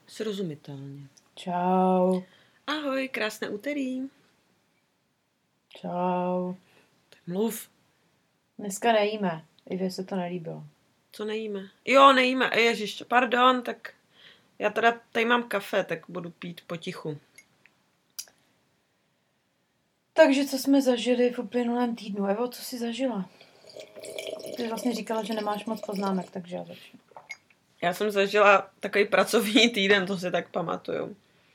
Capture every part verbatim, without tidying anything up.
Srozumitelně. Čau. Ahoj, krásné úterý. Čau. Tak mluv. Dneska nejíme, i vy se to nelíbilo. Co nejíme? Jo, nejíme, ježiš, pardon, tak já teda tady mám kafe, tak budu pít potichu. Takže co jsme zažili v uplynulém týdnu? Evo, co jsi zažila? Ty vlastně říkala, že nemáš moc poznámek, takže já začnu. Já jsem zažila takový pracovní týden, to si tak pamatuju.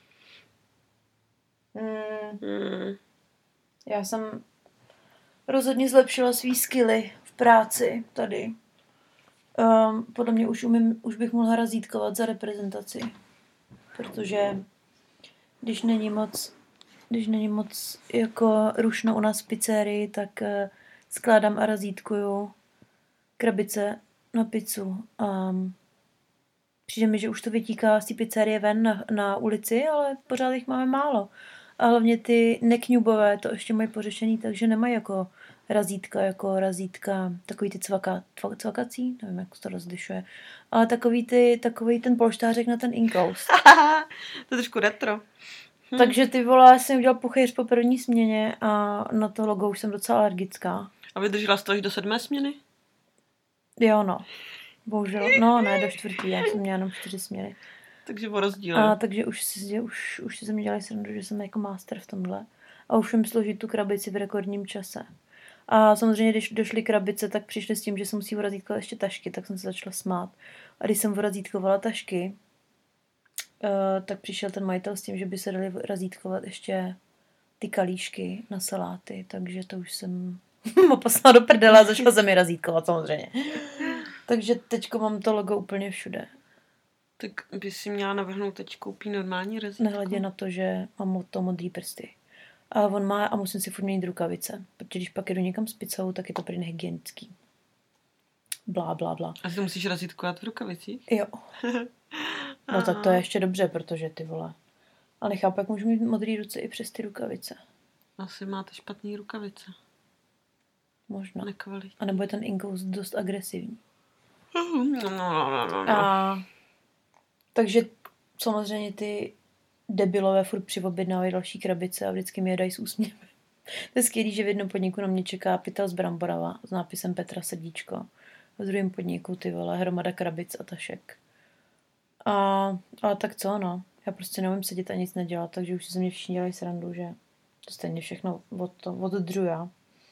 Mm, Hmm. já jsem rozhodně zlepšila svý skilly v práci tady. Um, podle mě už, umím, už bych mohla razítkovat za reprezentaci. Protože když není moc, když není moc jako rušno u nás v pizzerii, tak uh, skládám a razítkuju krabice na pizzu. Um, přijde mi, že už to vytíká z té pizzerie ven na, na ulici, ale pořád jich máme málo. A hlavně ty nekňubové to ještě mají pořešený, takže nemají jako razítka, jako razítka, takový ty cvaka, cvakací, nevím, jak se to rozlišuje, ale takový, ty, takový ten polštářek na ten inkoust. To je trošku retro. Hm. Takže ty vole, jsem udělal puchejř po první směně a na to logo už jsem docela alergická. A vydržela jsi to až do sedmé směny? Jo, no. Bohužel. No, ne, do čtvrtý, já jsem měla jenom čtyři směny. Takže o rozdíle. A takže už si, už, už si ze mě dělali srandu, že jsem jako master v tomhle. A už jim složit tu krabici v rekordním čase. A samozřejmě, když došly krabice, tak přišli s tím, že se musí urazítkovat ještě tašky, tak jsem se začala smát. A když jsem urazítkovala tašky, uh, tak přišel ten majitel s tím, že by se dali razítkovat ještě ty kalíšky na saláty, takže to už jsem poslala do prdela a začala se mi razítkovat samozřejmě. Takže teďko mám to logo úplně všude. Tak by si měla navrhnout teď koupí normální razítko. Nehledě na to, že mám to modrý prsty. A on má a musím si furt měnit rukavice. Protože když pak jdu někam s pizzou, tak je to prý nehygienický. Blá, blá, blá. A ty musíš razítkovat v rukavicích? Jo. No tak to je ještě dobře, protože ty vole. Ale nechápu, jak můžu mít modrý ruce i přes ty rukavice. Asi máte špatný rukavice. Možná. Nekvalitní. A nebo je ten inkoust dost agresivní. No, no, no, no. A takže samozřejmě ty debilové furt přiobjednávají další krabice a vždycky mi je dají s úsměvem. To je skvělý, že v jednom podniku na mě čeká pytel z Bramborava s nápisem Petra Srdíčko. A v druhém podniku ty vole hromada krabic a tašek. A, ale tak co, no. Já prostě neumím sedět a nic nedělat, takže už si ze mě všichni dělají srandu, že to stejně všechno od, to, od druha.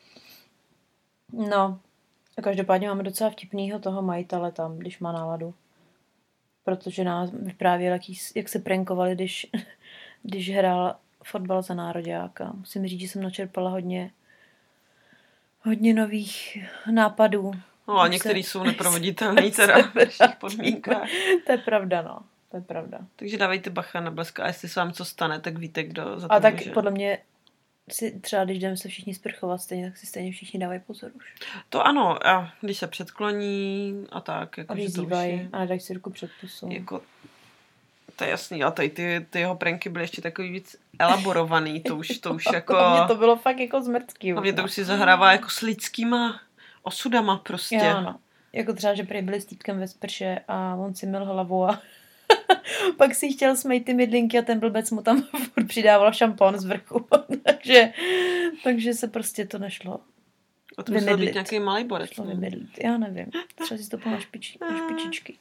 No. A každopádně máme docela vtipnýho toho majitele tam, když má náladu. Protože nás vyprávěl, jak, jak se prankovali, když, když hrál fotbal za nároďáka. Musím říct, že jsem načerpala hodně hodně nových nápadů. No a některý se, jsou neproveditelný teda v našich podmínkách. To je pravda, no. To je pravda. Takže dávejte bacha na blesk a jestli se vám co stane, tak víte, kdo za to a tak může. Podle mě si třeba, když jdeme se všichni sprchovat stejně, tak si stejně všichni dávají pozor už. To ano, a když se předkloní a tak. Jako, a vyzývají a nedají si ruku před pusu. Jako, to je jasný, a tady ty, ty jeho pranky byly ještě takový víc elaborovaný, to už, to už jako... Hlavně to bylo fakt jako zmrtký. Hlavně to už si zahrává jako s lidskýma osudama prostě. Jo, no. Jako třeba, že prý byli s týpkem ve sprše a on si myl hlavu a pak si chtěl smejt ty mydlinky a ten blbec mu tam furt přidával šampon z vrchu. takže, takže se prostě to nešlo A to musel být nějaký malý borec. Já nevím. Třeba si to na, špič, na špičičky.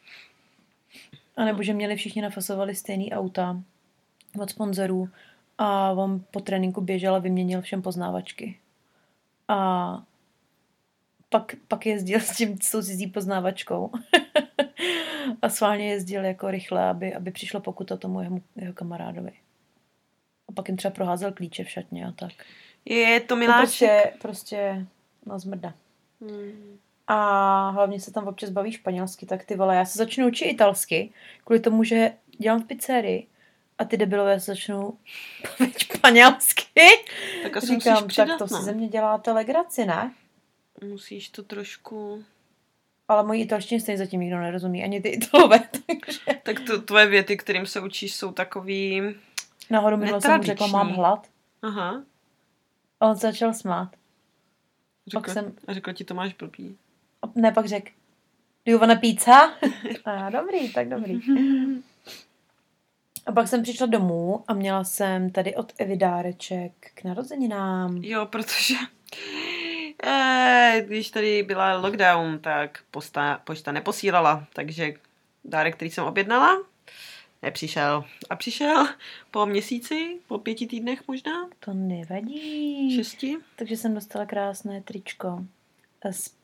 A nebo že měli všichni nafasovali stejný auta od sponzorů a on po tréninku běžel a vyměnil všem poznávačky. A pak, pak jezdil s tím s tou cizí poznávačkou. A sválně jezdil jako rychle, aby, aby přišla pokuta tomu jeho, jeho kamarádovi. A pak jim třeba proházel klíče v šatně a tak. Je to miláček. Prostě, prostě no zmrda. Hmm. A hlavně se tam občas baví španělsky, tak ty vole, já se začnu učit italsky, kvůli tomu, že dělám v pizzerii a ty debilové se začnou bavit španělsky. Tak asi říkám, musíš přidat, tak to no. si ze mě děláte legraci, ne? Musíš to trošku... Ale moji italštině stejně zatím nikdo nerozumí, ani ty italové, takže... Tak to, tvoje věty, kterým se učíš, jsou takový Nahoru minule jsem mu řekla, mám hlad. Aha. A on se začal smát. Řekla, jsem... A řekla ti, to máš blbý. Ne, pak řek, do you wanna pizza? A dobrý, tak dobrý. A pak jsem přišla domů a měla jsem tady od Evy dáreček k narozeninám. Jo, protože eh, když tady byla lockdown, tak posta, pošta neposílala, takže dárek, který jsem objednala, nepřišel. A přišel po měsíci, po pěti týdnech možná? To nevadí. Šesti? Takže jsem dostala krásné tričko. Z...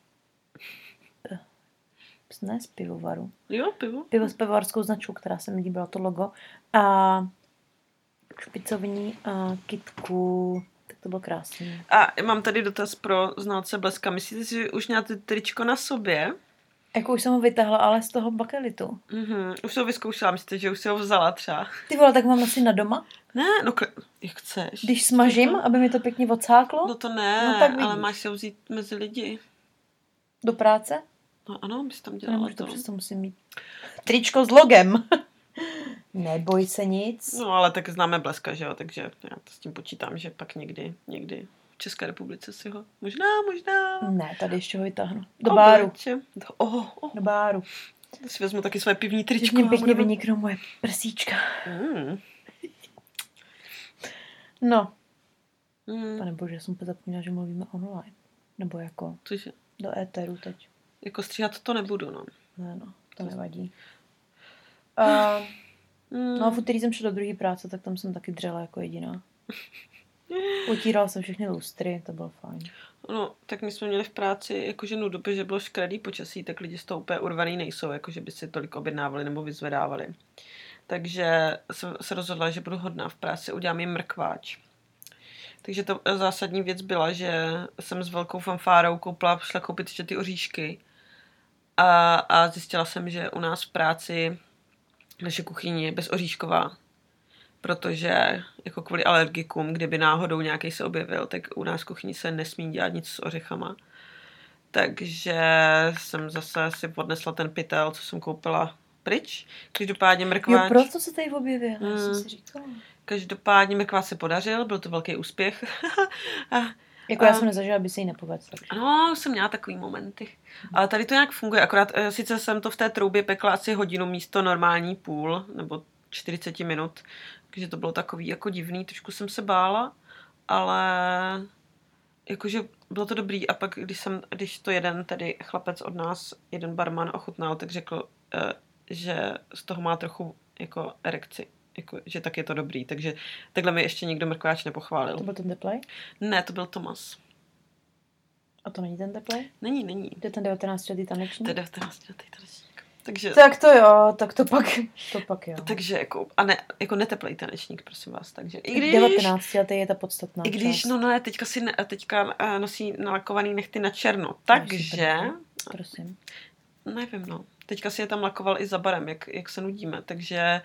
Ne z pivovaru. Jo, pivo. Pivo s pivovarskou značkou, která se mi líbila, to logo. A špicovní a kitku. Tak to bylo krásné. A mám tady dotaz pro znalce Bleska. Myslíte si, že už máte tričko na sobě? Jako už jsem ho vytáhla, ale z toho bakelitu. Mhm. Už jsem ho vyzkoušela, myslíte, že už si ho vzala třeba? Ty vole, tak mám asi na doma? Ne, no jak chceš. Když smažím, to... aby mi to pěkně odsáklo? No to ne, no, tak ale máš se ho vzít mezi lidi. Do práce? No ano, bys tam To dělala nemůžu, to. to přesto musím mít tričko s logem. Neboj se nic. No ale tak známe Bleska, že jo, takže já to s tím počítám, že pak někdy, někdy v České republice si ho, možná, možná. Ne, tady ještě ho vytáhnu. Do O, báru. Bleče. Oh, oh. Do báru. To si vezmu taky své pivní tričko. Když mě pěkně budeme... vyniknou moje prsíčka. Mm. No. Mm. Pane bože, já jsem zapomněla, že mluvíme online. Nebo jako Cože? do éteru teď. Jako stříhat to nebudu, no. Ne, no, to nevadí. Uh, Mm. no a v úterý jsem šla do druhé práce, tak tam jsem taky dřela jako jediná. Utírala jsem všechny lustry, to bylo fajn. No, tak my jsme měli v práci jakože nudu, že bylo škaredý počasí, tak lidi z toho úplně urvaný nejsou, jakože by si tolik objednávali nebo vyzvedávali. Takže jsem se rozhodla, že budu hodná v práci, udělám jim mrkváč. Takže to zásadní věc byla, že jsem s velkou fanfárou koupila, šla koupit ještě ty oříšky a, a zjistila jsem, že u nás v práci naše kuchyně je bezoříšková, protože jako kvůli alergikům, kdyby náhodou nějaký se objevil, tak u nás v kuchyni se nesmí dělat nic s ořechama. Takže jsem zase si odnesla ten pytel, co jsem koupila pryč. Každopádně mrkváč... Jo, proto se tady objevil, já jsem Mm. si říkala. Každopádně mrkváč se podařil, byl to velký úspěch. a, Jako já jsem nezažila, aby se jí nepovedl. No, jsem měla takový momenty. Ale tady to nějak funguje, akorát eh, sice jsem to v té troubě pekla asi hodinu místo normální půl, nebo čtyřicet minut, takže to bylo takový jako divný, trošku jsem se bála, ale jakože bylo to dobrý a pak, když jsem, když to jeden tady chlapec od nás, jeden barman ochutnal, tak řekl, eh, že z toho má trochu jako erekci. Jako, že tak je to dobrý, takže takhle mi ještě nikdo mrkváč nepochválil. To byl ten teplej? Ne, to byl Tomas. A to není ten teplej? Není, není. To je ten devatenáctiletý To tanečník? je devatenáctiletý tanečník. Takže, Tak to jo, tak to pak, to pak jo. takže jako, a ne, jako neteplej tanečník, prosím vás, takže i když, devatenáctiletý je ta podstatná i když, část. no ne, teďka si, ne, teďka uh, nosí nalakovaný nechty na černo, takže, Prosím. nevím, no, teďka si je tam lakoval i za barem, jak, jak se nudíme, takže,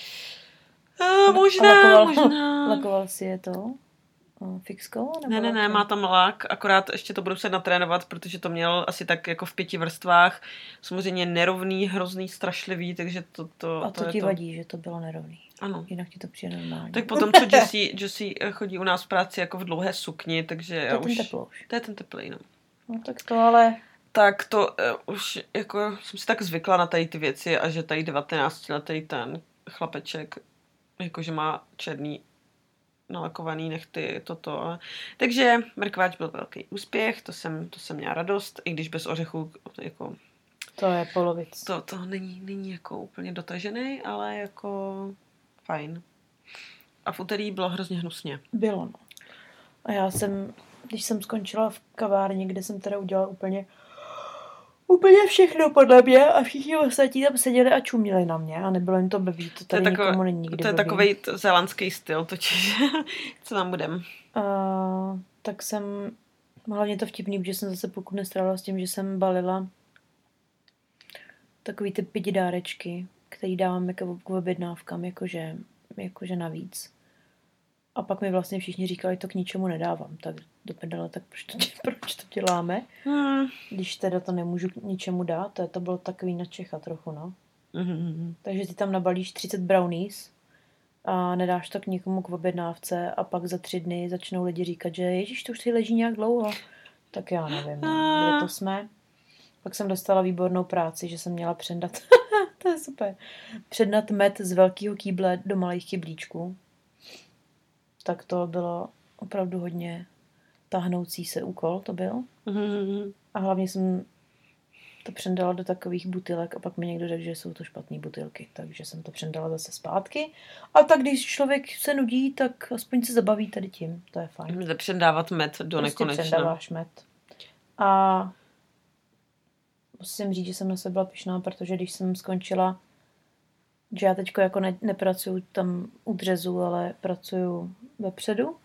uh, možná, lakoval, možná. Lakoval si je to? Uh, fixkou? Nebo Ne, ne, ne, lakem? má tam lak, akorát ještě to budu se natrénovat, protože to měl asi tak jako v pěti vrstvách, samozřejmě nerovný, hrozný, strašlivý, takže to, to, A to to je ti to. vadí, že to bylo nerovný. Ano. Jinak ti to přijde normálně. Tak potom, co Jessie, Jessie chodí u nás v práci jako v dlouhé sukni, takže to já je ten už... teplouš. To je ten teplej, no. No tak to ale... Tak to uh, už jako jsem si tak zvykla na tady ty věci a že tady devatenáctiletý ten chlapeček jakože má černý nalakovaný nechty, toto. Takže mrkváč byl velký úspěch, to jsem, to jsem měla radost, i když bez ořechů jako... To je polovic. To, to není, není jako úplně dotažený, ale jako fajn. A v úterý bylo hrozně hnusně. Bylo, no. A já jsem, když jsem skončila v kavárně, kde jsem teda udělala úplně úplně všechno podle mě a všichni ostatní tam seděli a čuměli na mě a nebylo jim to blbý, to tady to je nikomu takové, není nikdy To je blbý. takovej t- zélandský styl totiž. Co nám budem? Uh, tak jsem, hlavně to vtipný, protože jsem zase pokud nestrávila s tím, že jsem balila takový ty pidi dárečky, který dávám jako k objednávkám, jakože, jakože navíc. A pak mi vlastně všichni říkali, to k ničemu nedávám. Tak do prdele, tak proč to, proč to děláme? Hmm. Když teda to nemůžu k ničemu dát, to, to bylo takový na Čecha trochu, no. Mm-hmm. Takže ty tam nabalíš třicet brownies a nedáš to k někomu k objednávce a pak za tři dny začnou lidi říkat, že ježiš, to už si leží nějak dlouho. Tak já nevím, no. Kde to jsme? Pak jsem dostala výbornou práci, že jsem měla předat, to je super, předat med z velkého kýble do malých kyblíčků. Tak to bylo opravdu hodně táhnoucí se úkol, to byl. Mm-hmm. A hlavně jsem to přendala do takových butilek a pak mi někdo řekl, že jsou to špatné butilky, takže jsem to přendala zase zpátky. A tak když člověk se nudí, tak aspoň se zabaví tady tím, to je fajn. Můžete předávat med do prostě nekonečna. předáváš med. A musím říct, že jsem na sebe byla pyšná, protože když jsem skončila, že já teďko jako ne, nepracuju tam u dřezu, ale pracuju vepředu.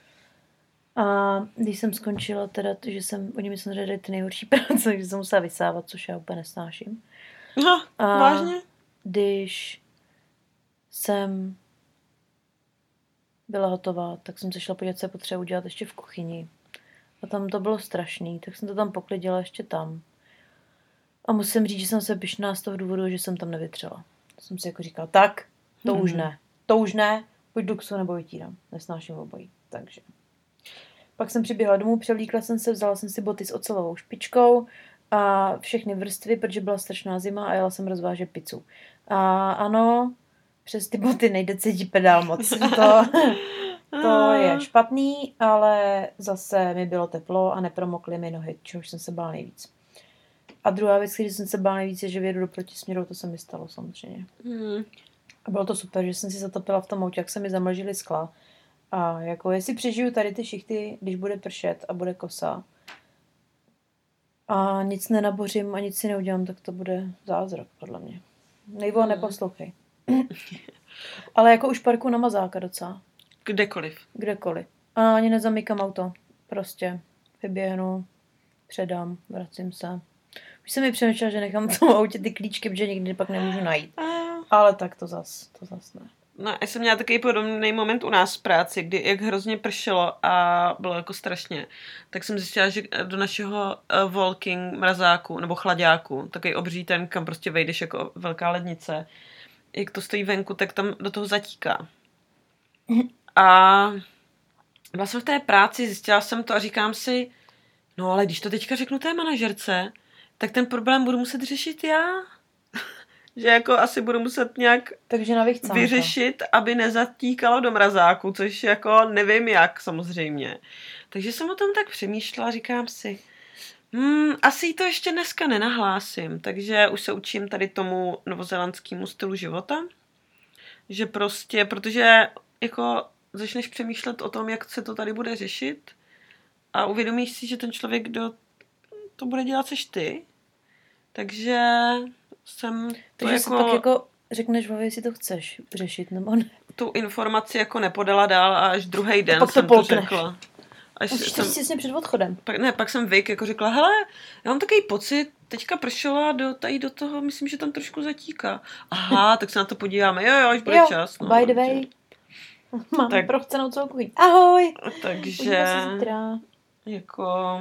A když jsem skončila teda, že jsem, oni mi samozřejmě dali ty nejhorší práce, že jsem musela vysávat, což já úplně nesnáším. No, A vážně? když jsem byla hotová, tak jsem se šla podívat, co je potřeba udělat ještě v kuchyni. A tam to bylo strašný, tak jsem to tam poklidila ještě tam. A musím říct, že jsem se pyšná z toho důvodu, že jsem tam nevytřela. Jsem si jako říkala, tak, to hmm. už ne. To už ne, buď duxu nebo vytírám. Nesnáším obojí, takže. Pak jsem přiběhla domů, převlíkla jsem se, vzala jsem si boty s ocelovou špičkou a všechny vrstvy, protože byla strašná zima a jela jsem rozvážet pizzu. A ano, přes ty boty nejde cítit pedál moc. To, to je špatný, ale zase mi bylo teplo a nepromokly mi nohy, čehož jsem se bála nejvíc. A druhá věc, když jsem se bála nejvíc, je, že vědu do protisměru, to se mi stalo samozřejmě. Hmm. A bylo to super, že jsem si zatopila v tom autě, jak se mi zamlžily skla. A jako jestli přežiju tady ty šichty, když bude pršet a bude kosa a nic nenabořím a nic si neudělám, tak to bude zázrak, podle mě. Nejvo, hmm. neposlouchej. Ale jako už parku na mazáka docela. Kdekoliv. Kdekoliv. A ani nezamykám auto. Prostě vyběhnu, předám, vracím se. Už jsem mi přemýšlela, že nechám v tom autě ty klíčky, protože někdy pak nemůžu najít. Ale tak to zas, to zas ne. No, já jsem měla takový podobný moment u nás v práci, kdy jak hrozně pršelo a bylo jako strašně, tak jsem zjistila, že do našeho uh, walking mrazáku nebo chladáku, takový obří ten, kam prostě vejdeš jako velká lednice, jak to stojí venku, tak tam do toho zatíká. A byla jsem v té práci, zjistila jsem to a říkám si, no ale když to teďka řeknu té manažerce, tak ten problém budu muset řešit já. Že jako asi budu muset nějak Takže na vyřešit, aby nezatíkalo do mrazáku, což jako nevím jak samozřejmě. Takže jsem o tom tak přemýšlela, říkám si, hmm, asi to ještě dneska nenahlásím, takže už se učím tady tomu novozélandskému stylu života, že prostě, protože jako začneš přemýšlet o tom, jak se to tady bude řešit a uvědomíš si, že ten člověk, kdo to bude dělat, seš ty, takže jsem to Takže jako... si pak jako řekneš, Vavi, jestli to chceš řešit, nebo ne? Tu informaci jako nepodala dál a až druhý den pak jsem to, to řekla. Až Musíš jsem, to těsně před odchodem. Pak, ne, pak jsem Vik jako řekla, hele, já mám takový pocit, teďka pršelo a do, tady do toho, myslím, že tam trošku zatíká. Aha, tak se na to podíváme. Jo, jo, až bude jo, čas. No, by the way, mám tak, prochcenou celou kuchyň. Ahoj! Takže, jako,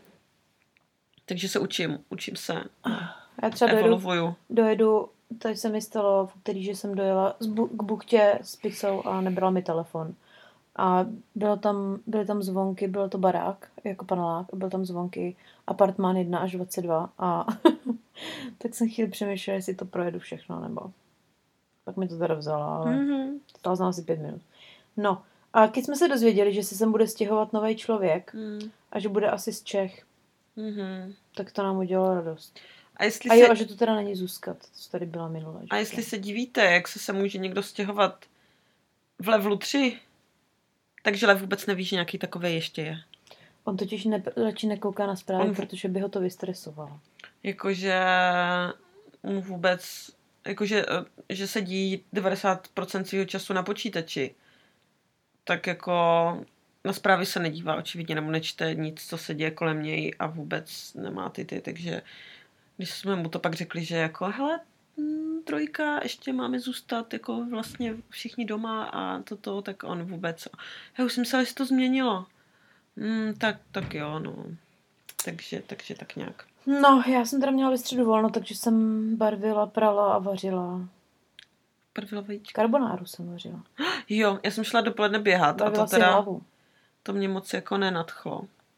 takže se učím, učím se. Já třeba dojedu, dojedu, tady se mi stalo v úterý, že jsem dojela k buchtě s pizzou a nebrala mi telefon. A bylo tam, byly tam zvonky, bylo to barák, jako panelák, byl tam zvonky, apartmán jedna až dvacet dva a tak jsem chvíli přemýšlela, jestli to projedu všechno, nebo pak mi to teda vzala, ale mm-hmm. stalo znám asi pět minut. No, a když jsme se dozvěděli, že se sem bude stěhovat nový člověk mm. a že bude asi z Čech, mm-hmm. tak to nám udělalo radost. A, jestli a jo, se... a že to teda není Zuzka, co tady byla minule. A jestli se divíte, jak se se může někdo stěhovat v levelu tři, takže Lev vůbec neví, že nějaký takový ještě je. On totiž ne, radši nekouká na zprávy, On... protože by ho to vystresovalo. Jakože mu vůbec, jakože že sedí devadesát procent svého času na počítači, tak jako na zprávy se nedívá očividně, nebo nečte nic, co se děje kolem něj a vůbec nemá ty ty, takže když jsme mu to pak řekli, že jako hele, trojka, ještě máme zůstat jako vlastně všichni doma a toto, tak on vůbec. Já už jsem myslela, že to změnilo. Hmm, tak, tak jo, no. Takže, takže tak nějak. No, já jsem teda měla ve středu volno, takže jsem barvila, prala a vařila. Barvila vajíčka? Karbonáru jsem vařila. Jo, já jsem šla dopoledne běhat barvila a to teda, to mě moc jako nenadchlo.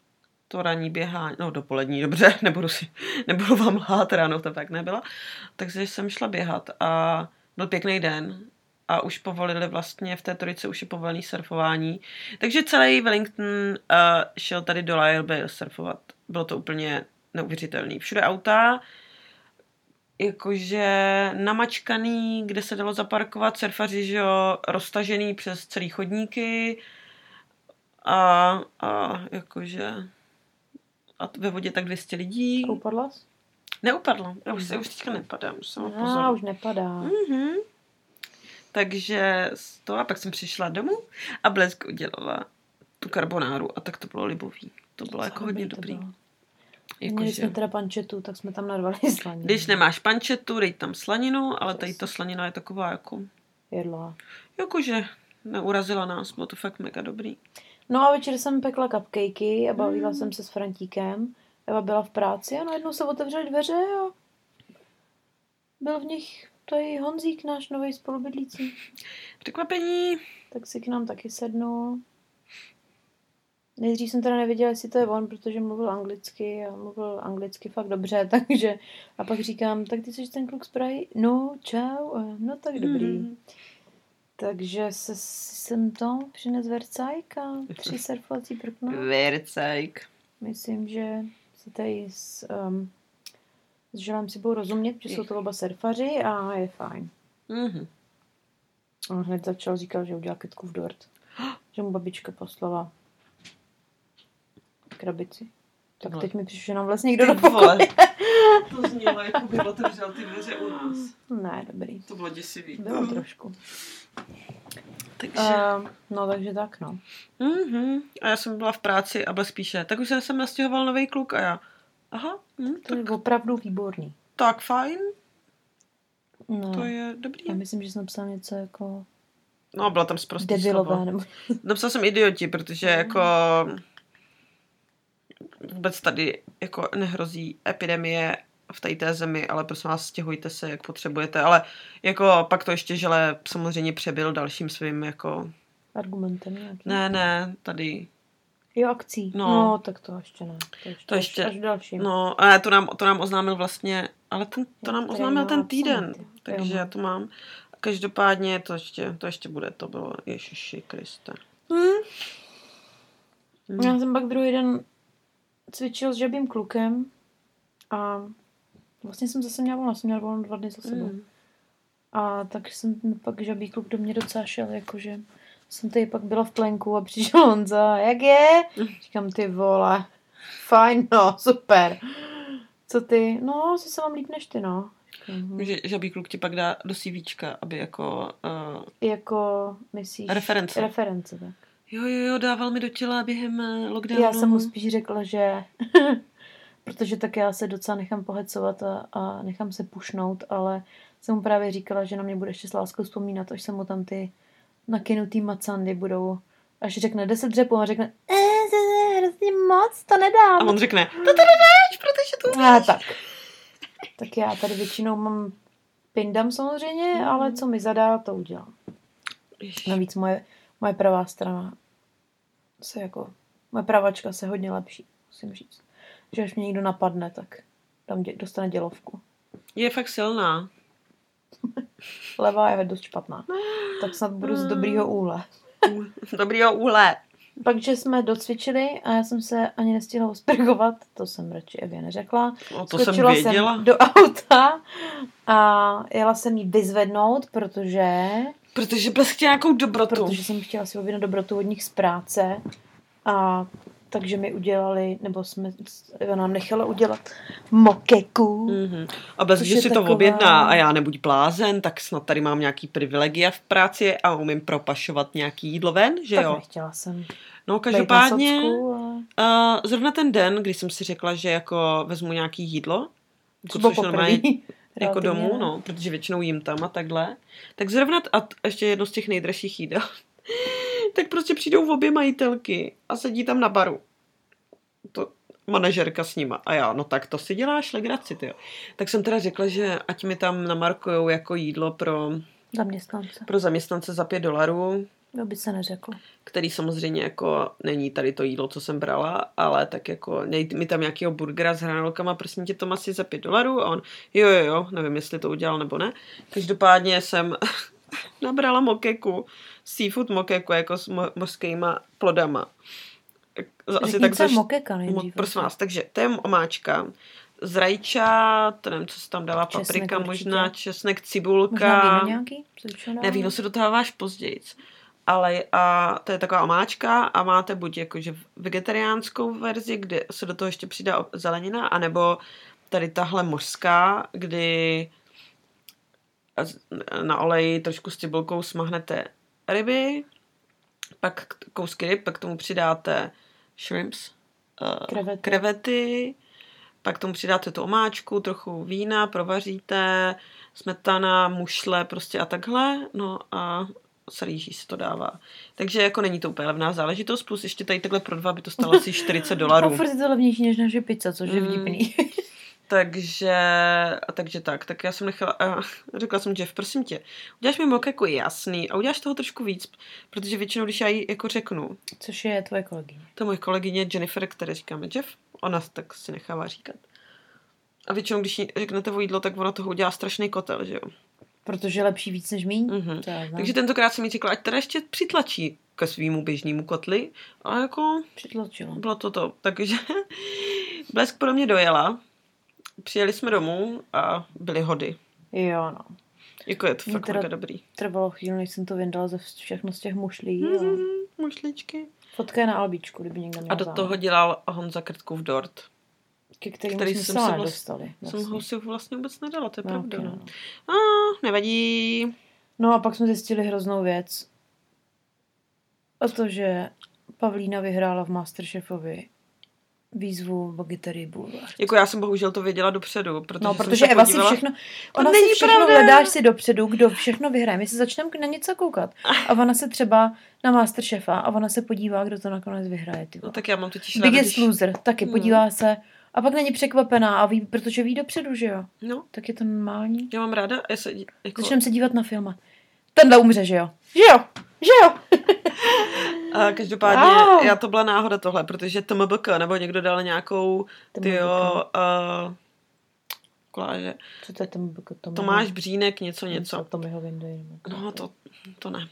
to ranní běhání, no dopolední, dobře, nebudu, si, nebudu vám lhát, ráno to tak nebyla. Takže jsem šla běhat a byl pěkný den a už povolili vlastně, v té Torice už je povolený surfování. Takže celý Wellington uh, šel tady do Lyell Bay surfovat. Bylo to úplně neuvěřitelný. Všude auta, jakože namačkaný, kde se dalo zaparkovat, surfaři, že jo, roztažený přes celý chodníky a, a jakože a ve vodě tak dvě stě lidí. A upadla jsi? Neupadla, já už, já už teďka nepadám, už jsem No, pozor. už nepadá. Mhm. Takže to a pak jsem přišla domů a Blesk udělala tu karbonáru a tak to bylo libový. To bylo jako hodně dobrý. Jako Měli že... jsme teda pančetu, tak jsme tam narvali slaninu. Když nemáš pančetu, dej tam slaninu, ale tady ta slanina je taková jako... Jedlá. Jakože neurazila nás, bylo to fakt mega dobrý. No a večer jsem pekla cupcakey a bavila mm. jsem se s Frantíkem. Eva byla v práci a najednou se otevřely dveře a byl v nich tady Honzík, náš nový spolubydlící. Překvapení. Tak si k nám taky sednul. Nejdřív jsem teda nevěděla, jestli to je on, protože mluvil anglicky a mluvil anglicky fakt dobře, takže a pak říkám, tak ty jsi ten kluk z Prahy? No, čau, no tak dobrý. Mm. Takže se, jsem to přines Vercajk a tři surfovací prkna. Vercajk. Myslím, že se tady s, um, s Želem si budou rozumět, že jsou to oba surfaři a je fajn. Mm-hmm. A hned začal říkat, že udělá kytku v dort. Že mu babička poslala krabici. Tak no. Teď mi přišel nám vlastně někdo do pokoje. To znělo, jako by otevřel ty dveře u nás. Ne, dobrý. To bylo děsivý. Bylo uh. trošku. Takže... Uh, no, takže tak, no. Mm-hmm. A já jsem byla v práci a byla spíše, tak už jsem nastěhoval nový kluk a já, aha. Hm, to tak... je opravdu výborný. Tak fajn. No. To je dobrý. Já myslím, že jsem napsal něco jako... No, byla tam zprostý debilové, nebo... Napsal jsem idioti, protože jako... Vůbec tady jako nehrozí epidemie v té té zemi, ale prosím vás, stěhujte se, jak potřebujete, ale jako pak to ještě Žele samozřejmě přebyl dalším svým jako... Argumentem nějaký. Ne, ne, tady... Jo, akcí. No, no tak to ještě ne. To ještě, to ještě až, až dalším. No, a to nám, to nám oznámil vlastně, ale ten, to nám oznámil ten týden, takže jo. Já to mám. Každopádně to ještě, to ještě bude, to bylo Ježiši Kriste. Hmm. Hmm. Já jsem pak druhý den cvičil s žabým klukem a vlastně jsem zase měla volno, jsem měla volno dva dny za sebou. Mm. A tak jsem pak žabý kluk do mě docela šel, jakože jsem tady pak byla v plenku a přišel Honza, jak je? Říkám, ty vole, fajn, no, super. Co ty? No, si se mám líp než ty, no. Mhm. Že žabý kluk ti pak dá do CVčka, aby jako... Uh, jako, myslíš? Reference. Reference, tak. Jo, jo, jo, dával mi do těla během lockdownu. Já jsem mu spíš řekla, že... protože tak já se docela nechám pohecovat a, a nechám se pušnout, ale jsem mu právě říkala, že na mě bude ještě s láskou vzpomínat, až se mu tam ty nakynutý macandy budou... Až řekne deset dřepů a řekne eh, hrozně moc, to nedám. A on řekne, to tady nedáš, protože to umíš. A tak. Tak já tady většinou mám pindam samozřejmě, mm. ale co mi zadá, to udělám. Jež. Navíc moje, moje pravá strana se jako, moje pravačka se hodně lepší, musím říct. Že až mě někdo napadne, tak tam dě, dostane dělovku. Je fakt silná. Levá je dost špatná. Tak snad budu z dobrýho úhle. Dobrýho úhle. Takže jsme docvičili a já jsem se ani nestihla osprchovat, to jsem radši Evě neřekla. O, to Skočila jsem věděla. Jsem do auta a jela jsem jí vyzvednout, protože... Protože byl chtěla nějakou dobrotu. Protože jsem chtěla si objednat dobrotu od nich z práce a takže mi udělali, nebo jsme, Eva nám nechala udělat mokeku. Mm-hmm. A bez když si taková... to objedná a já nebuď blázen, tak snad tady mám nějaký privilegia v práci a umím propašovat nějaký jídlo ven, že tak jo? Tak nechtěla jsem. No každopádně, socku, ale... uh, zrovna ten den, kdy jsem si řekla, že jako vezmu nějaký jídlo, co bylo poprvé. Jako domů, ne? No, protože většinou jím tam a takhle. Tak zrovna, t- a t- ještě jedno z těch nejdražších jídel, tak prostě přijdou v obě majitelky a sedí tam na baru. To manažerka s nima. A já, no tak to si děláš legraci, tyjo. Tak jsem teda řekla, že ať mi tam namarkujou jako jídlo pro zaměstnance. Pro zaměstnance za pět dolarů. To by se neřeklo. Který samozřejmě jako není tady to jídlo, co jsem brala, ale tak jako dej mi tam nějakého burgera s hranolkama, prosím tě, to asi za pět dolarů a on, jo, jo, jo, nevím, jestli to udělal nebo ne. Každopádně jsem nabrala mokeku, seafood mokeku, jako s mo- mořskýma plodama. Asi Řekni, tak co je za... mokeka nejdřív. Prosím vás, takže to je omáčka z rajča, to nevím, co se tam dává, Česnek paprika, určitě. možná česnek, cibulka. Možná víno nějaký? Ne, víno se dotáváš později. Ale a to je taková omáčka a máte buď jakože vegetariánskou verzi, kde se do toho ještě přidá zelenina, anebo tady tahle mořská, kdy na oleji trošku s cibulkou smahnete ryby, pak kousky ryb, pak k tomu přidáte shrimps, Krevety. krevety, pak k tomu přidáte tu omáčku, trochu vína, provaříte, smetana, mušle prostě a takhle, no a s rýží se to dává. Takže jako není to úplně levná záležitost, plus ještě tady takhle pro dva by to stalo asi čtyřicet dolarů. A furt je to levnější než naše pizza, což je vtipný. Mm. takže, takže tak, tak já jsem nechala, a řekla jsem Jeff, prosím tě, uděláš mi mokeku jasný a uděláš toho trošku víc, protože většinou, když já jí jako řeknu. Což je tvoje kolegyně. To je moje kolegyně Jennifer, které říkáme Jeff, ona tak si nechává říkat. A většinou, když jí řeknete o jídlo, tak ona toho udělá strašný kotel, že jo. Protože je lepší víc než míň. Mm-hmm. Takže tentokrát jsem mi řekla, ať teda ještě přitlačí ke svýmu běžnému kotli. A jako... Přitlačila. Bylo to to. Takže Blesk pro mě dojela. Přijeli jsme domů a byly hody. Jo, no. Jako je to fakt mega dobrý. Trvalo chvíli, než jsem to vyndala ze všechno z těch mušlí. Mm-hmm, mušličky. Fotka je na Albičku, kdyby někdo měl A do zájem. toho dělal Honza Krtkův dort. Ke kterému který jsme jsem se se nedostali. Vlastně. Jsem ho si vlastně vůbec nedala, to je no, pravda. okay, No. no. A nevadí. No a pak jsme zjistili hroznou věc. A to, že Pavlína vyhrála v Masterchefovi výzvu Bageterie Boulevard. Jako já jsem bohužel to věděla dopředu, protože No, jsem protože se Eva podívala... si všechno, ona si není všechno pravda. hledáš si dopředu, kdo všechno vyhraje. My se začneme na něco koukat. A ona se třeba na Masterchefa a ona se podívá, kdo to nakonec vyhraje. Ty No tak já mám totiž ráda, Biggest když... Loser, taky Hmm. podívá se a pak není překvapená, a ví, protože ví dopředu, že jo. No, Tak je to normální. já mám ráda, já se jako... Začneme se dívat na film. Tenhle umře, že jo? Že jo? Že jo? A každopádně, Au. já to byla náhoda tohle, protože T M B K, nebo někdo dal nějakou, tyjo, uh, koláže. Co to je ten to Tomáš Břínek, něco, něco. To mi ho vyndej. No, to, to ne.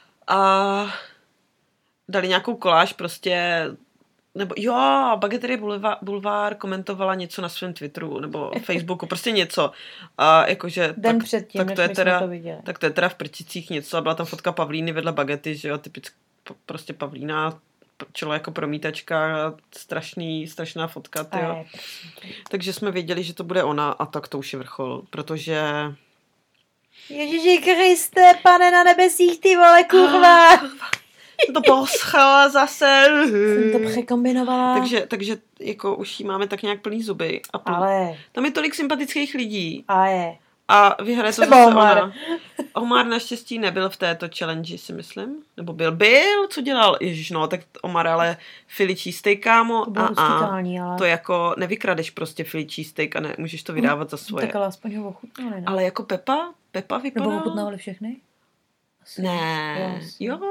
A dali nějakou koláž prostě, nebo jo, Bageterie Boulevard, Boulevard komentovala něco na svém Twitteru, nebo Facebooku, prostě něco. A jakože, Den tak, předtím, tak než to je my teda, jsme to viděli. tak to je teda v Prčicích něco a byla tam fotka Pavlíny vedle Bagety, že jo, typicky prostě Pavlína, čelo jako promítačka, strašný, strašná fotka, tyjo. Aj, Takže jsme věděli, že to bude ona a tak to už je vrchol, protože... Ježiši Kriste, pane na nebesích, ty vole, kurva. Jsem to poschala zase. Jsem to překombinovala. Takže, takže jako už jí máme tak nějak plný zuby. A plný. Ale. Tam je tolik sympatických lidí. A je. A vyhraje to Třeba zase Omar. ona. Omar naštěstí nebyl v této challenge, si myslím. Nebo byl. Byl? Co dělal? Ježiš, no, tak Omar ale Philly cheesesteak, kámo. To bylo a, a rustikální, ale... to jako nevykradeš prostě Philly cheesesteak a ne, můžeš to vydávat za svoje. Tak ale aspoň ho ochutnali, ne? Ale jako Pepa? Pepa vypadá... Nebo ochutnávali všechny? Asi. Ne, Asi. jo,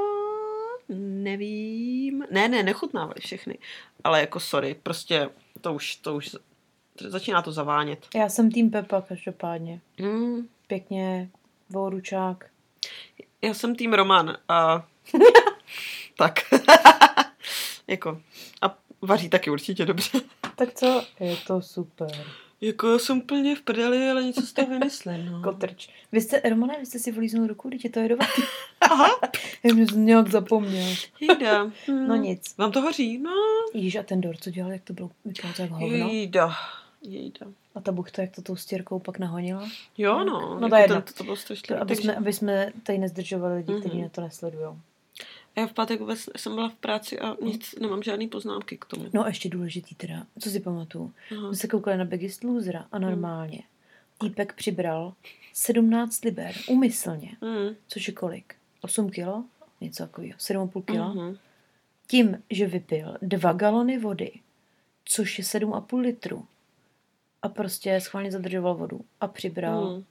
nevím. Ne, ne, nechutnávali všechny. Ale jako sorry, prostě to už, to už začíná to zavánět. Já jsem tým Pepa, každopádně. Hmm, Pěkně, dvouručák. já jsem tým Roman a tak. jako, a vaří taky určitě dobře. Tak co? Je to super. Jako já jsem úplně v prdeli, ale něco z toho vymyslím, no. Kotrč. Vy jste, Romane, vy jste si vlíznul ruku, když je to jedovatý. Aha, Já jsem nějak zapomněl. jejda. Hmm. No nic. Vám to hoří? No. Ježíš, a ten dort, co dělal, jak to bylo, vypadalo to jak hovno. Jejda. Jejda. A ta buchta, jak to tou stěrkou pak nahonila. Jo, no. No, jako to je jedno. ten, to, to bylo strašný. To, aby, Takže- jsme, aby jsme tady nezdržovali lidi, Mhm. kteří na to nesledujou. Já v pátek vůbec jsem byla v práci a nic, nemám žádný poznámky k tomu. No a ještě důležitý teda, co si pamatuju. Aha. My se koukali na Biggest Losera a normálně týpek přibral sedmnáct liber, umyslně. Mm. Což je kolik? osm kilo? Něco takového. sedm a půl kila. Mhm. Tím, že vypil dva galony vody, což je sedm a půl litru. A prostě schválně zadržoval vodu. A přibral Mm.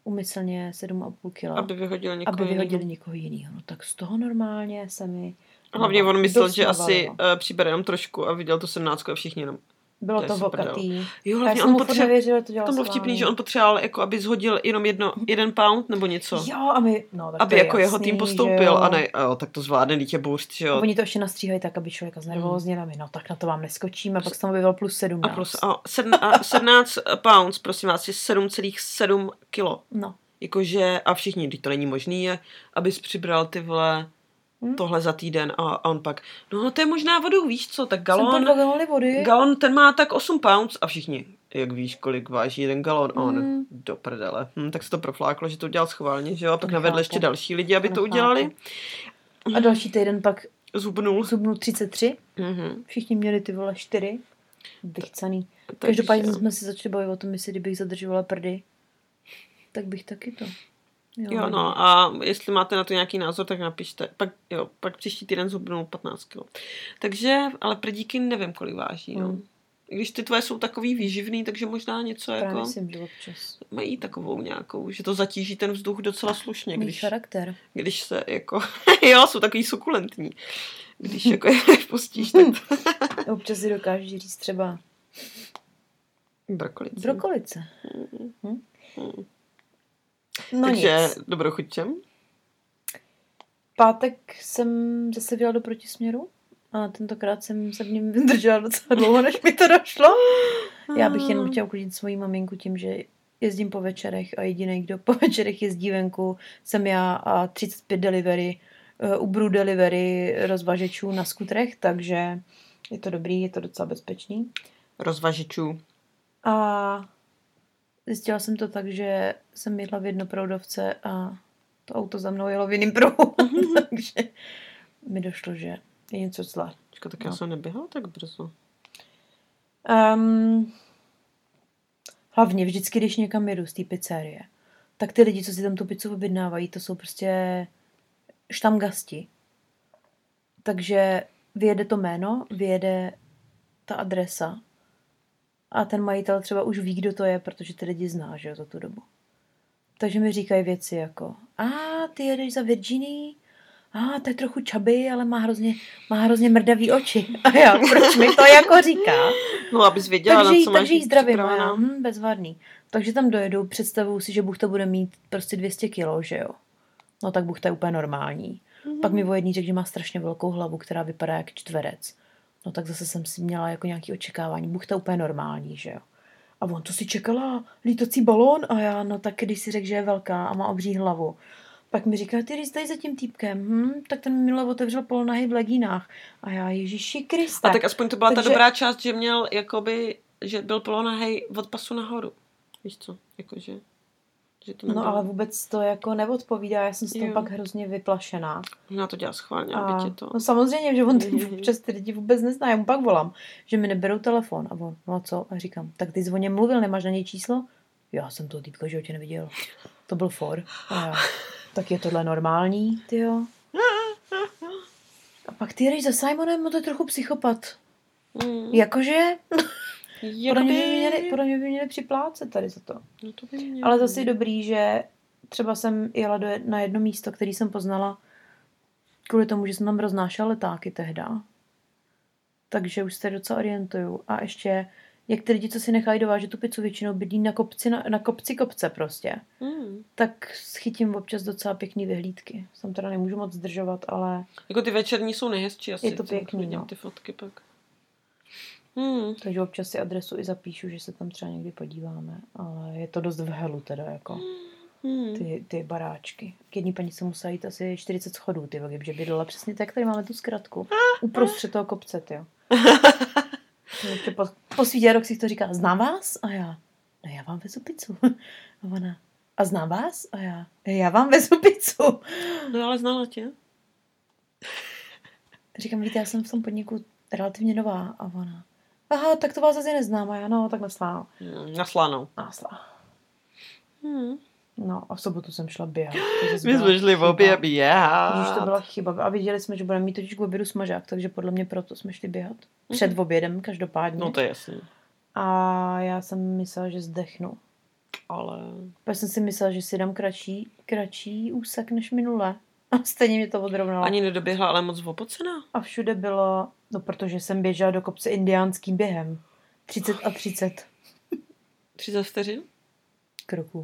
umyslně sedm a půl kila. Aby vyhodil někoho Aby vyhodili jinýho. někoho jiného. No tak z toho normálně se mi... Hlavně on myslel, dost že asi navalilo. uh, přibere jenom trošku a viděl tu sedmnáctku a všichni jenom. Bylo je to super vokatý. Jo, Já hlavně jsem on mu furt potřeboval, nevěřila, to dělal to bylo schválně. vtipný, že on potřeboval, jako, aby zhodil jenom jedno, jeden pound nebo něco. Jo, a my... No, tak Aby to je jako jeho jasný, tým že postoupil jo. a ne, a jo, tak to zvládne dítě bůřt, že A jo. oni to ještě nastříhají tak, aby člověka znervóznil a my, no tak na to vám neskočíme, pak se tam objevil plus A sedmnáct. plus a sedm, a sedmnáct pounds, prosím vás, je sedm celá sedm kilo. No. Jakože, a všichni, když to není možný, je, abys přibral ty vole Hm? tohle za týden a, a on pak, no to je možná vodou, víš co, tak Jsem galon, pod dva galony vody. galon ten má tak osm pounds a všichni, jak víš, kolik váží jeden galon, a on Mm. do prdele. Hm, tak se to profláklo, že to udělal schválně, že jo, a pak To navedl nechápu. ještě další lidi, aby To to nechápu. udělali. A další týden pak Zhubnul. zubnu třicet tři. Mhm. Všichni měli ty vole čtyři. Vychcaný. Takže- Každopádně jsme si začali bavit o tom, jestli kdybych zadržovala prdy, tak bych taky to. Jo, no a jestli máte na to nějaký názor, tak napište. Pak, jo, pak příští týden zhubnul patnáct kilo. Takže, ale prdíky nevím, kolik váží, no. Mm. I když ty tvoje jsou takový výživný, takže možná něco Právě jako myslím, že občas. mají takovou nějakou, že to zatíží ten vzduch docela slušně, Můj když, charakter. když se jako, jo, jsou takový sukulentní. Když jako je pustíš, tak to... Občas si dokážeš říct třeba Brokolice. brokolice. Hm? Mm. No Takže nic. dobrou chuť všem. Pátek jsem zase vyjela do protisměru a tentokrát jsem se v něm vydržela docela dlouho, než mi to došlo. Já bych jenom chtěla uklidnit svoji maminku tím, že jezdím po večerech a jediný, kdo po večerech jezdí venku, jsem já a třicet pět delivery, uh, Uberu delivery rozvažečů na skutrech, takže je to dobrý, je to docela bezpečný. Rozvažičů. A zjistila jsem to tak, že jsem jedla v jednoproudovce a to auto za mnou jelo v jiným pruhu, takže mi došlo, že je něco zlé. Počka, tak já No. jsem neběhala tak brzo. Um, hlavně vždycky, když někam jedu z té pizzerie, tak ty lidi, co si tam tu pizzu objednávají, to jsou prostě štamgasti. Takže vyjede to jméno, vyjede ta adresa a ten majitel třeba už ví, kdo to je, protože ty lidi zná, že jo, za tu dobu. Takže mi říkají věci jako, a ty jedeš za Virginii? A to je trochu čaby, ale má hrozně, má hrozně mrdavý oči. A já, proč mi to jako říká? No, abys věděla, Takže, na jí, co máš takže jí být zdravím, připravená. a já, hm, bezvadný. Takže tam dojedou, představuju si, že Bůh to bude mít prostě dvě stě kilo, že jo. No tak Bůh to je úplně normální. Mm-hmm. Pak mi o jedný řekl, že má strašně velkou hlavu, která vypadá jak čtverec. No tak zase jsem si měla jako nějaké očekávání. Bůh to je úplně normální, že jo. A on, to si čekala lítací balón? A já, no tak když si řekl, že je velká a má obří hlavu. Pak mi říká, ty jdeš tady za tím týpkem, hm, tak ten mi minule otevřel polonahý v legínách. A já, Ježíši Kriste. A tak aspoň to byla Takže- ta dobrá část, že měl jakoby, že byl polonahej od pasu nahoru. Víš co, jakože, že to nebylo. No ale vůbec to jako neodpovídá, já jsem z toho Jo. pak hrozně vyplašená. Možná to dělá schválně, A, aby tě to... no samozřejmě, že on to Mhm. občas ty lidi vůbec nezná, já mu pak volám, že mi neberou telefon a on, no a co? A říkám, tak ty jsi o něm mluvil, nemáš na něj číslo? Já jsem toho týpka, že ho tě neviděl. To byl for. A já, tak je tohle normální, tyjo. A pak ty jedeš za Simonem, no to je trochu psychopat. Mm. Jakože? Podle mě, by Jakoby... měli, podle mě by měli připlácet tady za to. No to by mělo. Ale zase je dobrý, že třeba jsem jela do, jed- na jedno místo, který jsem poznala kvůli tomu, že jsem tam roznášela letáky tehda. Takže už se docela orientuju. A ještě, jak ty lidi, co si nechají dovážet tu pizzu, většinou bydlí na kopci, na, na kopci kopce prostě. Mm. Tak chytím občas docela pěkný vyhlídky. Tam teda nemůžu moc zdržovat, ale Jako ty večerní jsou nejhezčí asi. Je to co pěkný, vidím no. ty fotky pak. Hmm. takže občas si adresu i zapíšu, že se tam třeba někdy podíváme. Ale je to dost v helu teda jako. Hmm. Ty, ty baráčky. K jedný paní se musela jít asi čtyřicet schodů, ty vole, že bydlela přesně tak, tady máme tu zkratku. Uprostřed toho kopce, ty jo. Ještě po, po svítě rok si to říká, znám vás? A já, no já vám vezu pizzu. A ona, a znám vás? A já, já vám vezu pizzu. No ale znala tě. Říkám, víte, já jsem v tom podniku relativně nová. A ona, aha, tak to vás zase neznám. A já, no, tak naslál. Hmm. Naslánou. Naslál. Hmm. No a v sobotu jsem šla běhat. To zase My byla jsme šli v chyba. obě Ježiš, to běhat. byla chyba. A viděli jsme, že budeme mít totiž k obědu smažák, takže podle mě proto jsme šli běhat. Před obědem každopádně. No to je jasný. A já jsem myslela, že zdechnu. Ale... Pak jsem si myslela, že si dám kratší, kratší úsek než minule. A stejně mě to odrovnalo. Ani nedoběhla, ale moc opocená. A všude bylo, no protože jsem běžela do kopce indiánským během. třicet a třicet. třicet vteřin? Kroků.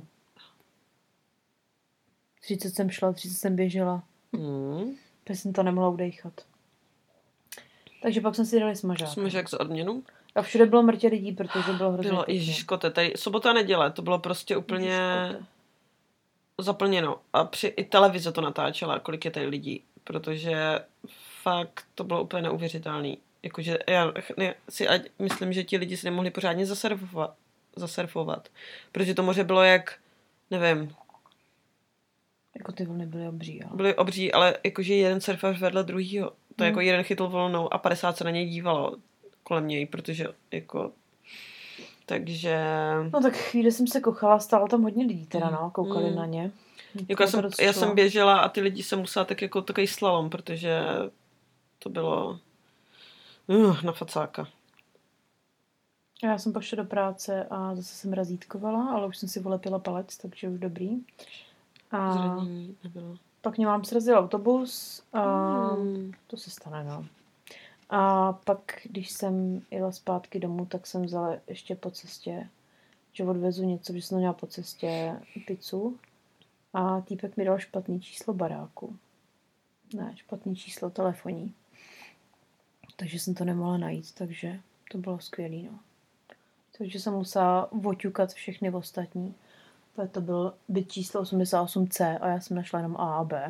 třicet jsem šla, třicet jsem běžela. Hmm. Tak jsem to nemohla udejchat. Takže pak jsme si dali smažák. Smažák za odměnu? A všude bylo mrtě lidí, protože bylo hrozně Bylo, pěkně. ježiškote, tady sobota, neděle, to bylo prostě úplně Ježiškote. zaplněno. A při, i televize to natáčela, kolik je tady lidí, protože fakt to bylo úplně neuvěřitelný. Jakože já ne, si ať, myslím, že ti lidi si nemohli pořádně zasurfovat, zasurfovat, protože to moře bylo jak, nevím, Jako ty vlny byly obří, ale... byly obří, ale jakože jeden surfař vedle druhýho. To Hmm. jako jeden chytl volnou a padesát se na něj dívalo kolem něj, protože jako... Takže... No tak chvíli jsem se kochala, stálo tam hodně lidí teda, no, koukali Mm. na ně. Jako já, To jsem, dost já šlo. jsem běžela a ty lidi jsem musela tak jako takový slalom, protože to bylo uh, na facáka. Já jsem pošla do práce a zase jsem razítkovala, ale už jsem si volepila palec, takže už dobrý. A Zranění nebylo. pak mě mám srazil autobus a Hmm. to se stane, no. A pak, když jsem jela zpátky domů, tak jsem vzala ještě po cestě, že odvezu něco, že jsem měla po cestě pizzu a týpek mi dal špatný číslo baráku. Ne, špatný číslo telefonní. Takže jsem to nemohla najít, takže to bylo skvělý, no. Takže jsem musela oťukat všechny ostatní. Protože to byl byt číslo osmdesát osm C a já jsem našla jenom A a B.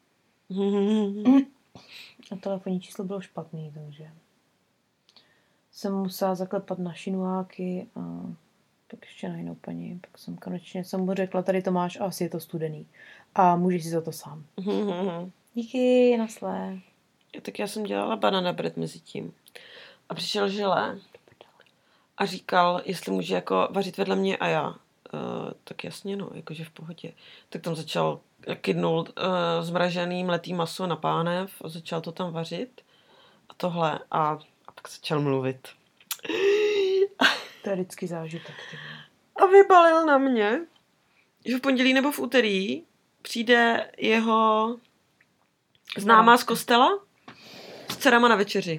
A telefonní číslo bylo špatný, takže jsem musela zaklepat na šinuáky a pak ještě na jinou paní. Pak jsem konečně jsem mu řekla, tady to máš a asi je to studený. A můžeš si za to sám. Díky, naslé. Tak já jsem dělala banana bread mezi tím. A přišel želé a říkal, jestli může jako vařit vedle mě a já. Uh, tak jasně, no, jakože v pohodě. Tak tam začal kydnul uh, zmražený mletý maso na pánev a začal to tam vařit. A tohle. A, a pak začal mluvit. To je vždycky zážitek. Ty. A vybalil na mě, že v pondělí nebo v úterý přijde jeho známá z kostela s dcerama na večeři.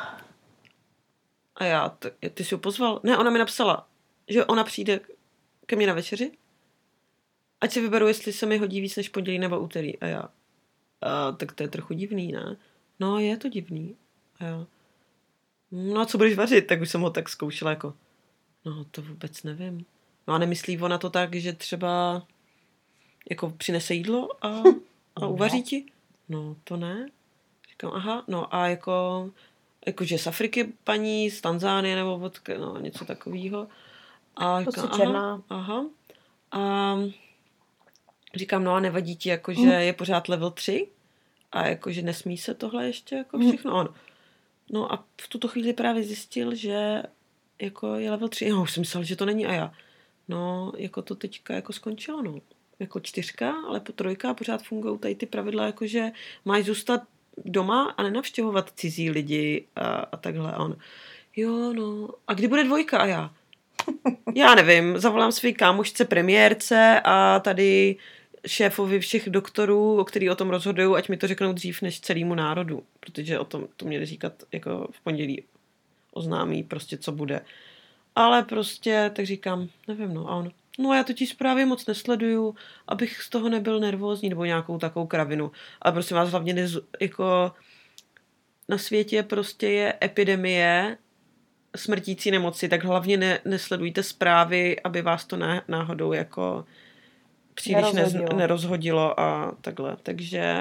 A já, t- ty jsi ho pozval? Ne, ona mi napsala, že ona přijde ke mně na večeři. Ať si vyberu, jestli se mi hodí víc než pondělí nebo úterý. A já, a, tak to je trochu divný, ne? No, je to divný. A já, no a co budeš vařit? Tak už jsem ho tak zkoušela jako, no to vůbec nevím. No a nemyslí ona to tak, že třeba jako přinese jídlo a, a uvaří ti? No to ne. Říkám, aha, no a jako, jakože z Afriky paní, z Tanzánie nebo od, no něco takového. A To říkám, jsi černá. aha, aha. A říkám, no a nevadí ti, jakože je pořád level tři a jakože nesmí se tohle ještě jako všechno. On. No a v tuto chvíli právě zjistil, že jako je level tři. Já už jsem myslel, že to není a já. No, jako to teďka jako skončilo, no. Jako čtyřka, ale po trojka pořád fungují tady ty pravidla, jakože máš zůstat doma a nenavštěvovat cizí lidi a, a takhle. A on, jo, no. A kdy bude dvojka? A já? Já nevím, zavolám svý kámošce premiérce a tady šéfovi všech doktorů, o který o tom rozhodují, ať mi to řeknou dřív než celému národu, protože o tom to měli říkat jako v pondělí oznámí prostě, co bude. Ale prostě, tak říkám, nevím, no. A on, no já totiž zprávy moc nesleduju, abych z toho nebyl nervózní nebo nějakou takovou kravinu. Ale prosím vás, hlavně nez, jako na světě prostě je epidemie smrtící nemoci, tak hlavně ne, nesledujte zprávy, aby vás to ná, náhodou jako příliš Nerozhodilo. nez, nerozhodilo a takhle. Takže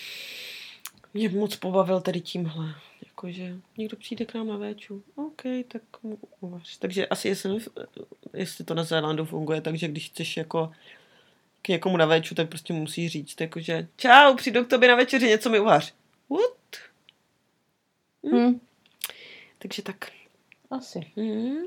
mě moc pobavil tady tímhle. Jakože někdo přijde k nám na véču. OK, tak mu uvař. Takže asi jestli, jestli to na Zélandu funguje, takže když chceš jako k někomu na véču, tak prostě musí říct, jakože čau, přijdu k tobě na večeři, něco mi uvař. What? Hm? Hmm. Takže tak. Asi. Hmm.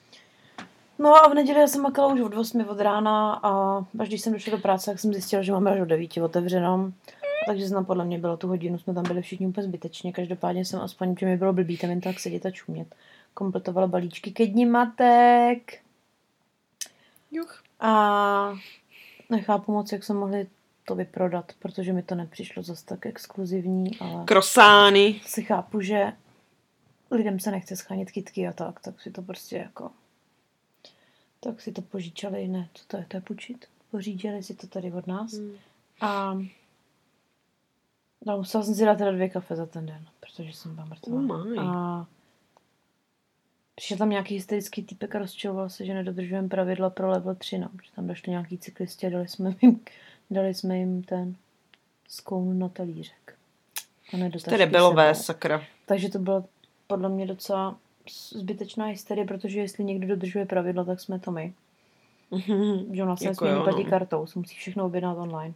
No a v neděli já jsem makala už od osmi od rána a až když jsem došla do práce, tak jsem zjistila, že máme až od devíti otevřenou. Takže znám, podle mě bylo tu hodinu, jsme tam byli všichni úplně zbytečně. Každopádně jsem aspoň, že mi bylo blbý tam jen tak sedět a čumět. Kompletovala balíčky ke dni matek. Juch. A nechápu moc, jak se mohli to vyprodat, protože mi to nepřišlo zase tak exkluzivní, ale... Krosány. Si chápu, že lidem se nechce schránit kytky a tak, tak si to prostě jako... Tak si to požičali, ne, co to je, to je půjčit? Pořídili si to tady od nás. Hmm. A... No, musela jsem si dát teda dvě kafe za ten den, protože jsem byla mrtvá. Oh a přišel tam nějaký hysterický týpek a rozčiloval se, že nedodržujeme pravidla pro level tři, no. Že tam došli nějaký cyklisti a dali jsme jim, dali jsme jim ten skoun na talířek. Jste rebelové, sakra. Takže to bylo podle mě docela zbytečná hysterie, protože jestli někdo dodržuje pravidla, tak jsme to my. Mm-hmm. Že u nás se nesmí neplatí no. kartou, se musí všechno objednat online.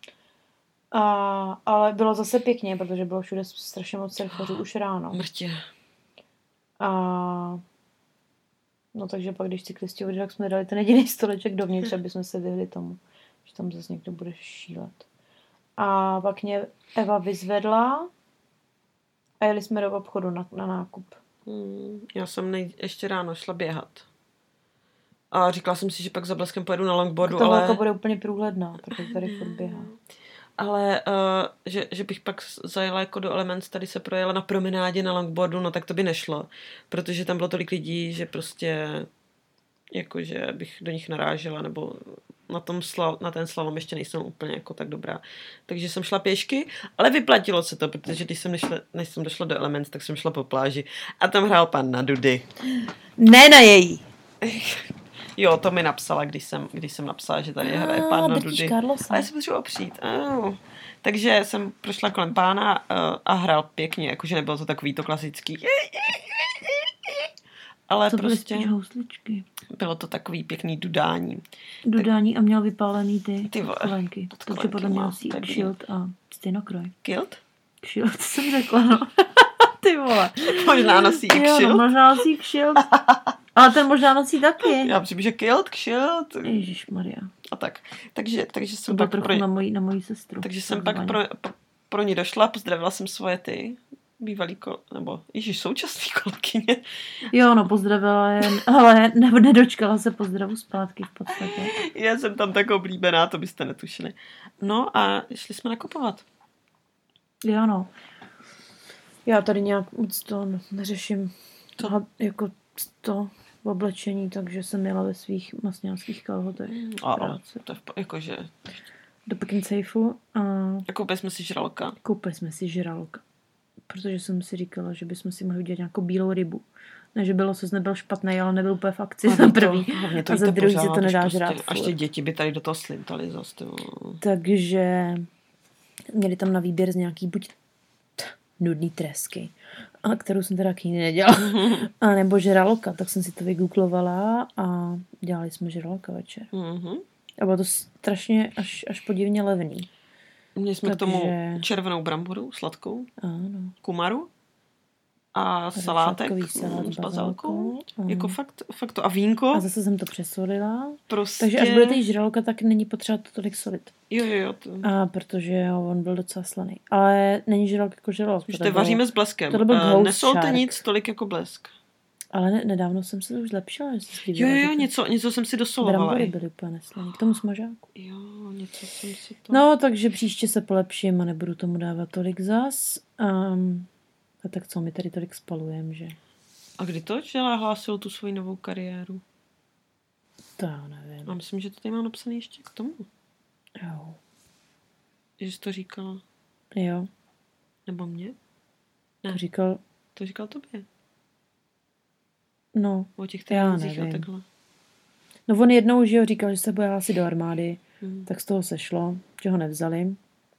A, ale bylo zase pěkně, protože bylo všude strašně moc surferů už ráno. Mrtě. A no takže pak, když cyklisti odjeli, tak jsme dali ten jediný stoleček dovnitř, aby jsme se vyhli tomu, že tam zase někdo bude šílet. A pak mě Eva vyzvedla a jeli jsme do obchodu na, na nákup. Hmm, já jsem nej, ještě ráno šla běhat. A říkala jsem si, že pak za bleskem pojedu na longboardu, ale... ale... To bude úplně průhledná, protože tady furt běhá. Ale uh, že, že bych pak zajela jako do Elements, tady se projela na promenádě na longboardu, no tak to by nešlo. Protože tam bylo tolik lidí, že prostě jakože bych do nich narážela, nebo na, tom sla, na ten slalom ještě nejsem úplně jako tak dobrá. Takže jsem šla pěšky, ale vyplatilo se to, protože když jsem, nešla, než jsem došla do Elements, tak jsem šla po pláži a tam hrál pan na dudy. Ne na její. Jo, to mi napsala, když jsem, když jsem napsala, že tady hraje pán na dudy. Ale já se potřebuji opřít. Oh. Takže jsem prošla kolem pána uh, a hrál pěkně, jakože nebylo to takový to klasický. Ale to prostě byly housličky. Bylo to takový pěkný dudání. Dudání tak... a měl vypálený ty, ty kolenky. Takže podle mě nosí shield a stejnokroj. Kilt? Shield jsem řekla, no. Ty vole. Možná nosí jo, shield. No, možná nosí shield. Ale ten možná nosí taky. Já myslím, že kilt, shield. Ježišmarja. A tak. Takže, takže jsem to pak trochu pro... na moji, na moji sestru. Takže jsem pak pro, pro, pro ní došla, pozdravila jsem svoje ty bývalý kol... nebo ježiš, současný kolegyně. Jo, no pozdravila je, ale ne, nedočkala se pozdravu zpátky v podstatě. Já jsem tam tak oblíbená, to byste netušili. No a šli jsme nakupovat. Jo, no. Já tady nějak moc to neřeším. To jako to v oblečení, takže jsem jela ve svých masňáckých kalhotech. A to je jakože... Do Pick and Safeu a... A koupili jsme si žraloka. Koupili jsme si žraloka. Protože jsem si říkala, že bychom si mohli udělat nějakou bílou rybu. Ne, že bylo se nebyl špatný, ale nebyl úplně v akci za první. To, a za druhý se to nedá prostě, žrát. Až ty děti by tady do toho slintaly zase. Takže měli tam na výběr z nějaký buď nudný tresky, a kterou jsem teda kýny nedělala. A nebo žraloka, tak jsem si to vygooglovala a dělali jsme žraloka večer. Mm-hmm. A bylo to strašně až, až podivně levný. Měli jsme Takže... k tomu červenou bramboru, sladkou, ano. kumaru a salátek salát s bazalkou. Jako fakt, fakt to. A vínko. A zase jsem to přesolila. Prostě... Takže až budete jíst žraloka, tak není potřeba to tolik solit. Jo, jo, jo. To... A protože on byl docela slaný. Ale není žralok jako žralok. Už to vaříme s bleskem. To byl uh, nesolte shark. nic tolik jako blesk. Ale ne, nedávno jsem se to už zlepšila. Jo, jo, něco, něco jsem si dosolovala. Brambory byly úplně neslaný. K tomu smažáku. Jo, něco jsem si to... No, takže příště se polepším a nebudu tomu dávat tolik zas. Um, a tak co, my tady tolik spalujeme, že? A kdy to Žela hlásil tu svoji novou kariéru? To já nevím. A myslím, že to tady mám napsané ještě k tomu. Jo. Že jsi to říkala. Jo. Nebo mě? Ne. To říkal... To říkal tobě. No, o těch já nevím. No on jednou, že jo, říkal, že se bude hlásit do armády, hmm. tak z toho sešlo, že ho nevzali.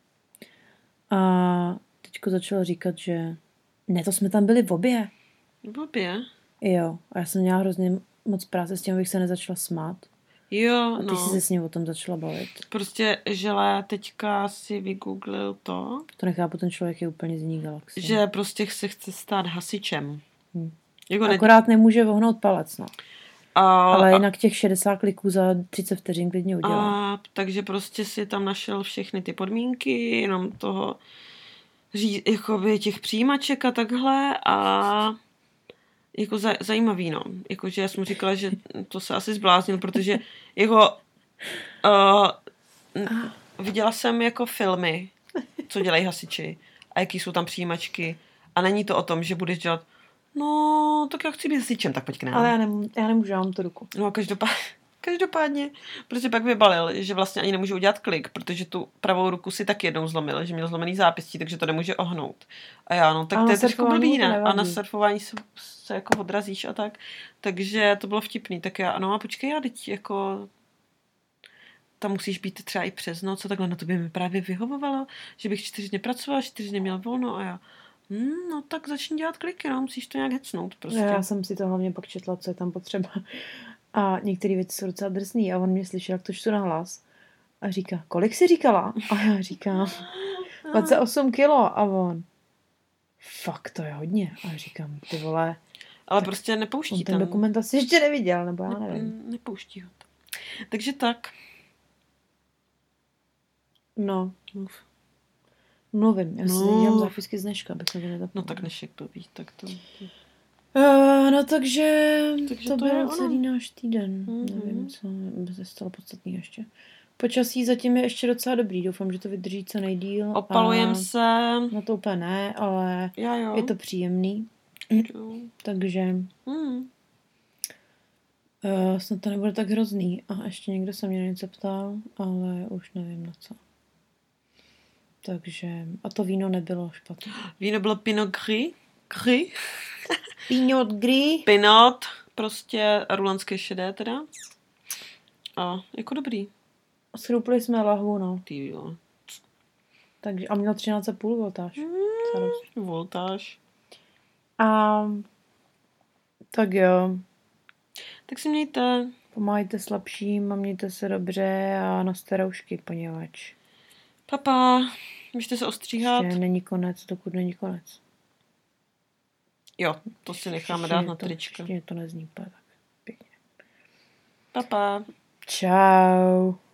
A teďko začal říkat, že ne, to jsme tam byli v obě. V obě? Jo, a já jsem měla hrozně moc práce s tím, abych se nezačala smát. Jo, a ty no. jsi se s ním o tom začala bavit. Prostě, Žela teďka si vygooglil to. To nechápu, ten člověk je úplně z jiný galaxie. Že prostě se chce stát hasičem. Hmm. Jako akorát ne... nemůže vohnout palec, no. A, ale jinak těch šedesát kliků za třicet vteřin klidně udělá. A takže prostě si tam našel všechny ty podmínky, jenom toho ří, jakoby těch přijímaček a takhle a jako zaj, zajímavý, no. Jakože já jsem mu říkala, že to se asi zbláznil, protože jeho Uh, n- viděla jsem jako filmy, co dělají hasiči a jaký jsou tam přijímačky a není to o tom, že budeš dělat no, tak já chci být hasičem, tak pojď k nám. Ale já, nemů- já nemůžu, já mám tu ruku. No, každopádně, každopádně, protože pak vybalil, že vlastně ani nemůže udělat klik, protože tu pravou ruku si tak jednou zlomil, že měl zlomený zápěstí, takže to nemůže ohnout. A já, no, tak A to na je trošku surfování blbý, mu to ne? A na nevadí. surfování se, se jako odrazíš a tak. Takže to bylo vtipný. Tak já, no a počkej, já teď jako tam musíš být třeba i přes noc, a takhle na to by mi právě vyhovovalo, že bych čtyři dny pracovala, čtyři dny měl volno a já, hm, no tak začni dělat kliky, no, musíš to nějak hecnout prostě. Já jsem si to hlavně pak četla, co je tam potřeba. A některé věci jsou docela drsný a on mě slyšel, jak to čtu na hlas. A říká, kolik jsi říkala? A já říkám, dvacet osm kilo. A on, fakt to je hodně. A já říkám, ty vole, Ale tak prostě nepouští on ten tam. dokument asi ještě neviděl, nebo já nevím. Ne, nepouští ho to. Takže tak. No, Uf. mluvím. Já si No. dělám zápisky z dneška, abych se to nezapomněla. No tak než jak to ví, tak to... Uh, no takže, Takže to, to je byl ono. celý náš týden. Mhm. Nevím, co by se stalo podstatný ještě. Počasí zatím je ještě docela dobrý. Doufám, že to vydrží co nejdýl. Opalujem a... se. No to úplně ne, ale Já jo. je to příjemný. Jo. Takže Hmm. uh, snad to nebude tak hrozný. A ještě někdo se mě na něco ptal, ale už nevím na co. Takže, a to víno nebylo špatné. Víno bylo Pinot Gris. Gris. Pinot Gris. Pinot. Prostě rulanské šedé teda. A jako dobrý. Schroupli jsme lahvu, no. Ty jo. Takže, a měl třináct celá pět voltáž. Hmm. Voltáž. A tak jo. Tak si mějte. Pomáhejte slabším a mějte se dobře a noste roušky, poněvadž Papa. Můžete se ostříhat. ještě není konec, dokud není konec. Jo, to si necháme Ještě dát mě na to- tričko. Ještě mě to nezní úplně tak pěkně. Papa. Čau.